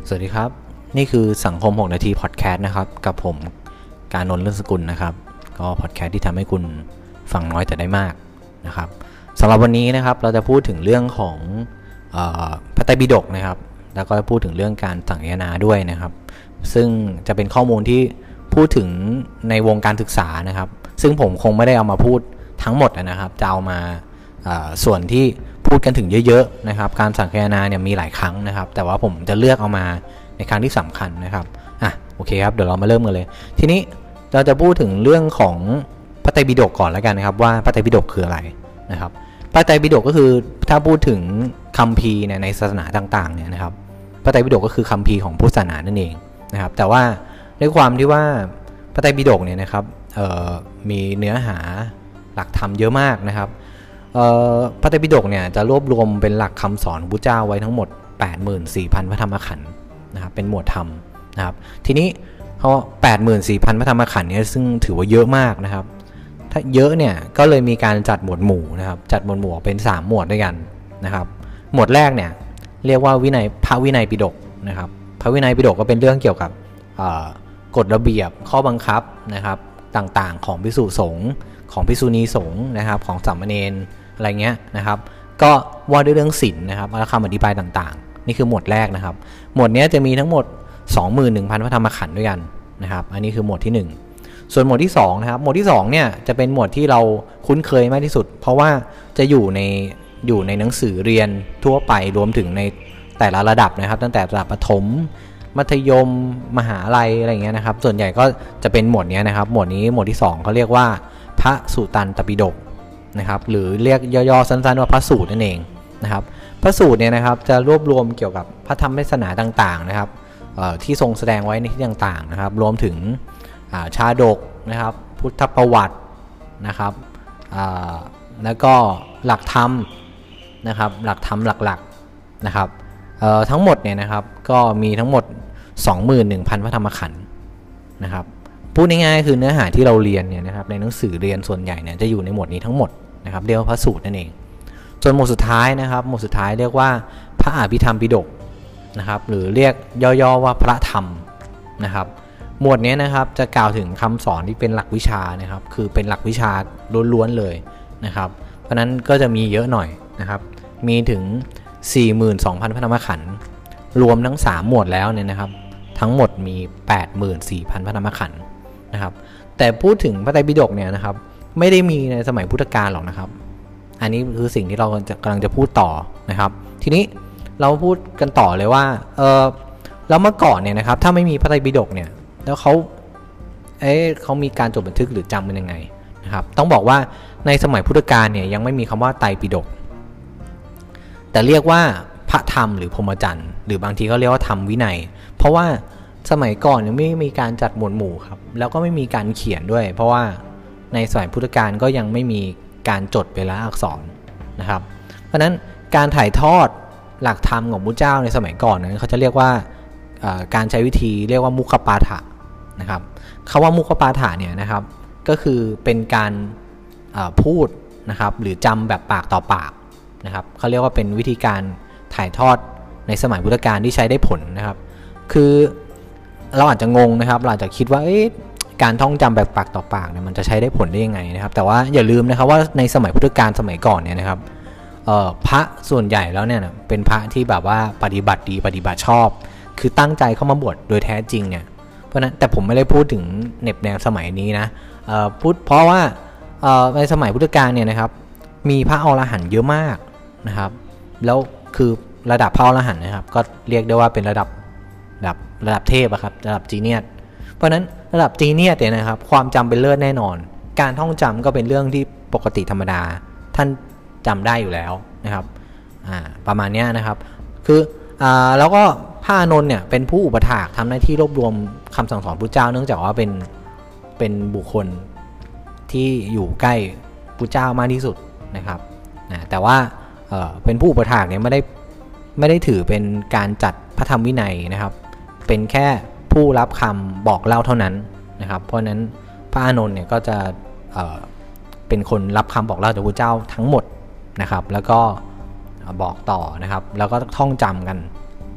สวัสดีครับนี่คือสังคม6นาทีพอดแคสต์นะครับกับผมกานนท์ เลื่อนสกุลนะครับก็พอดแคสต์ที่ทำให้คุณฟังน้อยแต่ได้มากนะครับสำหรับวันนี้นะครับเราจะพูดถึงเรื่องของพระไตรปิฎกนะครับแล้วก็พูดถึงเรื่องการสังคายนาด้วยนะครับซึ่งจะเป็นข้อมูลที่พูดถึงในวงการศึกษานะครับซึ่งผมคงไม่ได้เอามาพูดทั้งหมดนะครับจะเอามาส่วนที่พูดกันถึงเยอะๆนะครับการสังคายนาเนี่ยมีหลายครั้งนะครับแต่ว่าผมจะเลือกเอามาในครั้งที่สำคัญนะครับโอเคครับเดี๋ยวเรามาเริ่มกันเลยทีนี้เราจะพูดถึงเรื่องของพระไตรปิฎกก่อนแล้วกันนะครับว่าพระไตรปิฎกคืออะไรนะครับพระไตรปิฎกก็คือถ้าพูดถึงคัมภีร์ในศาสนาต่างๆเนี่ยนะครับพระไตรปิฎกก็คือคัมภีร์ของพุทธศาสนานั่นเองนะครับแต่ว่าด้วยความที่ว่าพระไตรปิฎกเนี่ยนะครับมีเนื้อหาหลักธรรมเยอะมากนะครับพระไตรปิฎกเนี่ยจะรวบรวมเป็นหลักคำสอนของพระเจ้าไว้ทั้งหมด 84,000 พระธรรมขันธ์นะครับเป็นหมวดธรรมนะครับทีนี้เขา 84,000 พระธรรมขันธ์เนี่ยซึ่งถือว่าเยอะมากนะครับถ้าเยอะเนี่ยก็เลยมีการจัดหมวดหมู่นะครับจัดหมวดหมู่เป็น3หมวดด้วยกันนะครับหมวดแรกเนี่ยเรียกว่าพระวินัยปิฎกนะครับพระวินัยปิฎกก็เป็นเรื่องเกี่ยวกับกฎระเบียบข้อบังคับนะครับต่างๆของภิกษุสงฆ์ของภิกษุณีสงฆ์นะครับของสามเณรอะไรเงี้ยนะครับก็ว่าด้วยเรื่องศีลนะครับและคำอธิบายต่างๆนี่คือหมวดแรกนะครับหมวดนี้จะมีทั้งหมด 21,000 พระธรรมขันธ์ด้วยกันนะครับอันนี้คือหมวดที่1ส่วนหมวดที่2นะครับหมวดที่2เนี่ยจะเป็นหมวดที่เราคุ้นเคยมากที่สุดเพราะว่าจะอยู่ในหนังสือเรียนทั่วไปรวมถึงในแต่ละระดับนะครับตั้งแต่ระดับประถมมัธยมมหาลัยอะไรเงี้ยนะครับส่วนใหญ่ก็จะเป็นหมวดนี้นะครับหมวดนี้หมวดที่2เขาเรียกว่าพระสุตันตปิฎกนะครับหรือเรียกย่อๆสั้นๆว่าพระสูตรนั่นเองนะครับพระสูตรเนี่ยนะครับจะรวบรวมเกี่ยวกับพระธรรมเทศนาต่างๆนะครับที่ทรงแสดงไว้ในที่ต่างๆนะครับรวมถึงชาดกนะครับพุทธประวัตินะครับแล้วก็หลักธรรมนะครับหลักธรรมหลักๆนะครับทั้งหมดเนี่ยนะครับก็มีทั้งหมด 21,000 พระธรรมขันธ์นะครับพูดง่ายๆคือเนื้อหาที่เราเรียนเนี่ยนะครับในหนังสือเรียนส่วนใหญ่เนี่ยจะอยู่ในหมวดนี้ทั้งหมดนะครับเรียกว่าพระสูตรนั่นเองส่วนหมวดสุดท้ายนะครับหมวดสุดท้ายเรียกว่าพระอภิธรรมปิฎกนะครับหรือเรียกย่อๆว่าพระธรรมนะครับหมวดนี้นะครับจะกล่าวถึงคำสอนที่เป็นหลักวิชานะครับคือเป็นหลักวิชาล้วนๆเลยนะครับเพราะนั้นก็จะมีเยอะหน่อยนะครับมีถึง 42,000 พระธรรมขันธ์รวมทั้ง3หมวดแล้วเนี่ยนะครับทั้งหมดมี 84,000 พระธรรมขันธ์นะครับแต่พูดถึงพระไตรปิฎกเนี่ยนะครับไม่ได้มีในสมัยพุทธกาลหรอกนะครับอันนี้คือสิ่งที่เรากำลังจะพูดต่อนะครับทีนี้เราพูดกันต่อเลยว่าแล้วเมื่อก่อนเนี่ยนะครับถ้าไม่มีพระไตรปิฎกเนี่ยแล้วเขามีการจดบันทึกหรือจำเป็นยังไงนะครับต้องบอกว่าในสมัยพุทธกาลเนี่ยยังไม่มีคำว่าไตรปิฎกแต่เรียกว่าพระธรรมหรือพรหมจรรย์หรือบางทีเขาเรียกว่าธรรมวินัยเพราะว่าสมัยก่อนยังไม่มีการจัดหมวดหมู่ครับแล้วก็ไม่มีการเขียนด้วยเพราะว่าในสมัยพุทธกาลก็ยังไม่มีการจดเป็นลายอักษรนะครับเพราะฉะนั้นการถ่ายทอดหลักธรรมของพระเจ้าในสมัยก่อนนั้นเขาจะเรียกว่าการใช้วิธีเรียกว่ามุขปาฐะนะครับคำว่ามุขปาฐะเนี่ยนะครับก็คือเป็นการพูดนะครับหรือจำแบบปากต่อปากนะครับเขาเรียกว่าเป็นวิธีการถ่ายทอดในสมัยพุทธกาลที่ใช้ได้ผลนะครับคือเราอาจจะงงนะครับเราอาจจะคิดว่าการท่องจำแบบปากต่อปากเนี่ยมันจะใช้ได้ผลได้ยังไงนะครับแต่ว่าอย่าลืมนะครับว่าในสมัยพุทธกาลสมัยก่อนเนี่ยนะครับพระส่วนใหญ่แล้วเนี่ยเป็นพระที่แบบว่าปฏิบัติดีปฏิบัติชอบคือตั้งใจเข้ามาบวชโดยแท้จริงเนี่ยเพราะนั้นแต่ผมไม่ได้พูดถึงเน็บแนวสมัยนี้นะพูดเพราะว่าในสมัยพุทธกาลเนี่ยนะครับมีพระอรหันต์เยอะมากนะครับแล้วคือระดับพระอรหันต์นะครับก็เรียกได้ว่าเป็นระดับเทพอะครับระดับจีเนียสเพราะนั้นระดับจีเนียสเนี่ยนะครับความจำเป็นเลิศแน่นอนการท่องจำก็เป็นเรื่องที่ปกติธรรมดาท่านจำได้อยู่แล้วนะครับประมาณนี้นะครับคือแล้วก็พระอานนท์เนี่ยเป็นผู้อุปถากทำหน้าที่รวบรวมคำสั่งสอนพระเจ้าเนื่องจากว่าเป็นบุคคลที่อยู่ใกล้พระเจ้ามากที่สุดนะครับแต่ว่าเป็นผู้อุปถากเนี่ยไม่ได้ถือเป็นการจัดพระธรรมวินัยนะครับเป็นแค่ผู้รับคำบอกเล่าเท่านั้นนะครับเพราะฉะนั้นพระอานนท์เนี่ยก็จะเป็นคนรับคำบอกเล่าจากพระเจ้าทั้งหมดนะครับแล้วก็บอกต่อนะครับแล้วก็ท่องจำกัน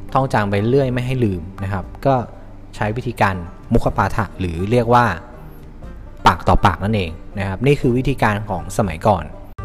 ท่องจำไปเรื่อยไม่ให้ลืมนะครับก็ใช้วิธีการมุขปาฐะหรือเรียกว่าปากต่อปากนั่นเองนะครับนี่คือวิธีการของสมัยก่อน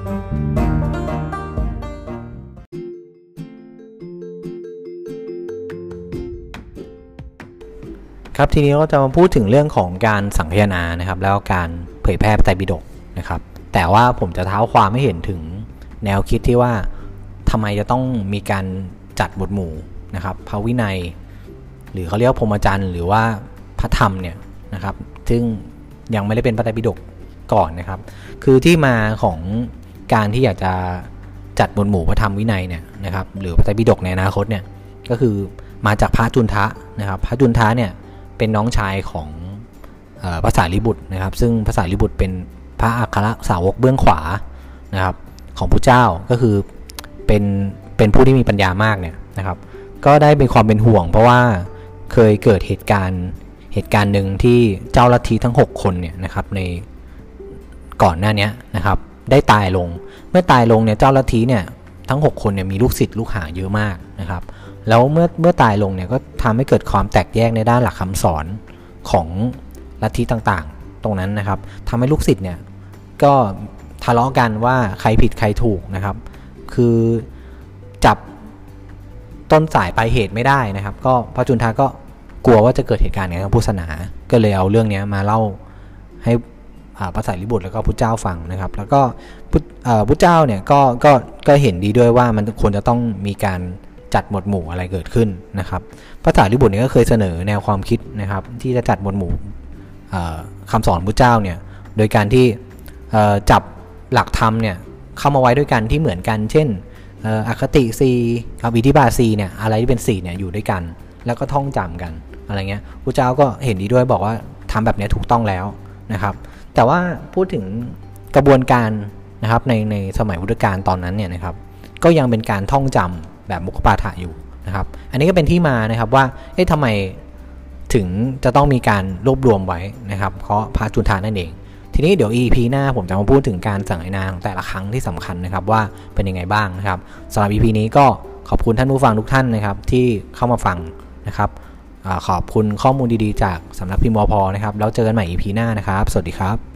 ครับทีนี้เราจะมาพูดถึงเรื่องของการสังคายนานะครับแล้วการเผยแพร่พระไตรปิฎกนะครับแต่ว่าผมจะเท้าความให้เห็นถึงแนวคิดที่ว่าทำไมจะต้องมีการจัดหมวดหมู่นะครับพระวินัยหรือเขาเรียกว่าพรหมจรรย์หรือว่าพระธรรมเนี่ยนะครับซึ่งยังไม่ได้เป็นพระไตรปิฎกก่อนนะครับคือที่มาของการที่อยากจะจัดหมวดหมู่พระธรรมวินัยเนี่ยนะครับหรือพระไตรปิฎกในอนาคตเนี่ยก็คือมาจากพระจุนทะนะครับพระจุนทะเนี่ยเป็นน้องชายของพระสารีบุตรนะครับซึ่งพระสารีบุตรเป็นพระอัครสาวกเบื้องขวานะครับของพระเจ้าก็คือเป็นผู้ที่มีปัญญามากเนี่ยนะครับก็ได้เป็นความเป็นห่วงเพราะว่าเคยเกิดเหตุการณ์หนึ่งที่เจ้าลัทธิทั้ง6คนเนี่ยนะครับในก่อนหน้านี้นะครับได้ตายลงเมื่อตายลงเนี่ยเจ้าลัทธิเนี่ยทั้ง6คนเนี่ยมีลูกศิษย์ลูกหาเยอะมากนะครับแล้วเมื่อตายลงเนี่ยก็ทำให้เกิดความแตกแยกในด้านหลักคำสอนของลัทธิต่างๆตรงนั้นนะครับทำให้ลูกศิษย์เนี่ยก็ทะเลาะกันว่าใครผิดใครถูกนะครับคือจับต้นสายปลายเหตุไม่ได้นะครับก็พระจุนทะก็กลัวว่าจะเกิดเหตุการณ์อย่างนี้กับพุทธศาสนาก็เลยเอาเรื่องนี้มาเล่าให้พระสารีบุตรแล้วก็พุทธเจ้าฟังนะครับแล้วก็พุทธเจ้าเนี่ยก็เห็นดีด้วยว่ามันควรจะต้องมีการจัดหมวดหมู่อะไรเกิดขึ้นนะครับพระสารีบุตรเนี่ยก็เคยเสนอแนวความคิดนะครับที่จะจัดหมวดหมู่คำสอนพุทธเจ้าเนี่ยโดยการที่จับหลักธรรมเนี่ยเข้ามาไว้ด้วยกันที่เหมือนกันเช่นอคติ4กับอิทธิบาท4เนี่ยอะไรที่เป็น4เนี่ยอยู่ด้วยกันแล้วก็ท่องจำกันอะไรเงี้ยพระเจ้าก็เห็นดีด้วยบอกว่าทำแบบนี้ถูกต้องแล้วนะครับแต่ว่าพูดถึงกระบวนการนะครับในสมัยพุทธกาลตอนนั้นเนี่ยนะครับก็ยังเป็นการท่องจำแบบมุขปาฐะอยู่นะครับอันนี้ก็เป็นที่มานะครับว่าทำไมถึงจะต้องมีการรวบรวมไว้นะครับเพราะพระจุนทานั่นเองทีนี้เดี๋ยว EP หน้าผมจะมาพูดถึงการสังคายนาของแต่ละครั้งที่สำคัญนะครับว่าเป็นยังไงบ้างนะครับสำหรับ EP นี้ก็ขอบคุณท่านผู้ฟังทุกท่านนะครับที่เข้ามาฟังนะครับขอบคุณข้อมูลดีๆจากสำนักพิมพ์วพ.นะครับแล้วเจอกันใหม่ EP หน้านะครับสวัสดีครับ